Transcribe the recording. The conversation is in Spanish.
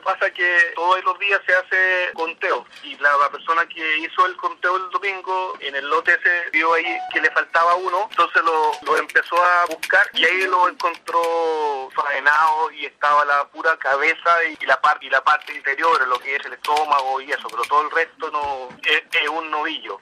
pasa es que todos los días se hace conteo y la persona que hizo el conteo el domingo en el lote ese vio ahí que le faltaba uno, entonces lo empezó a buscar y ahí lo encontró faenado y estaba la pura cabeza y la parte interior, lo que es el estómago y eso, pero todo el resto no es un novillo.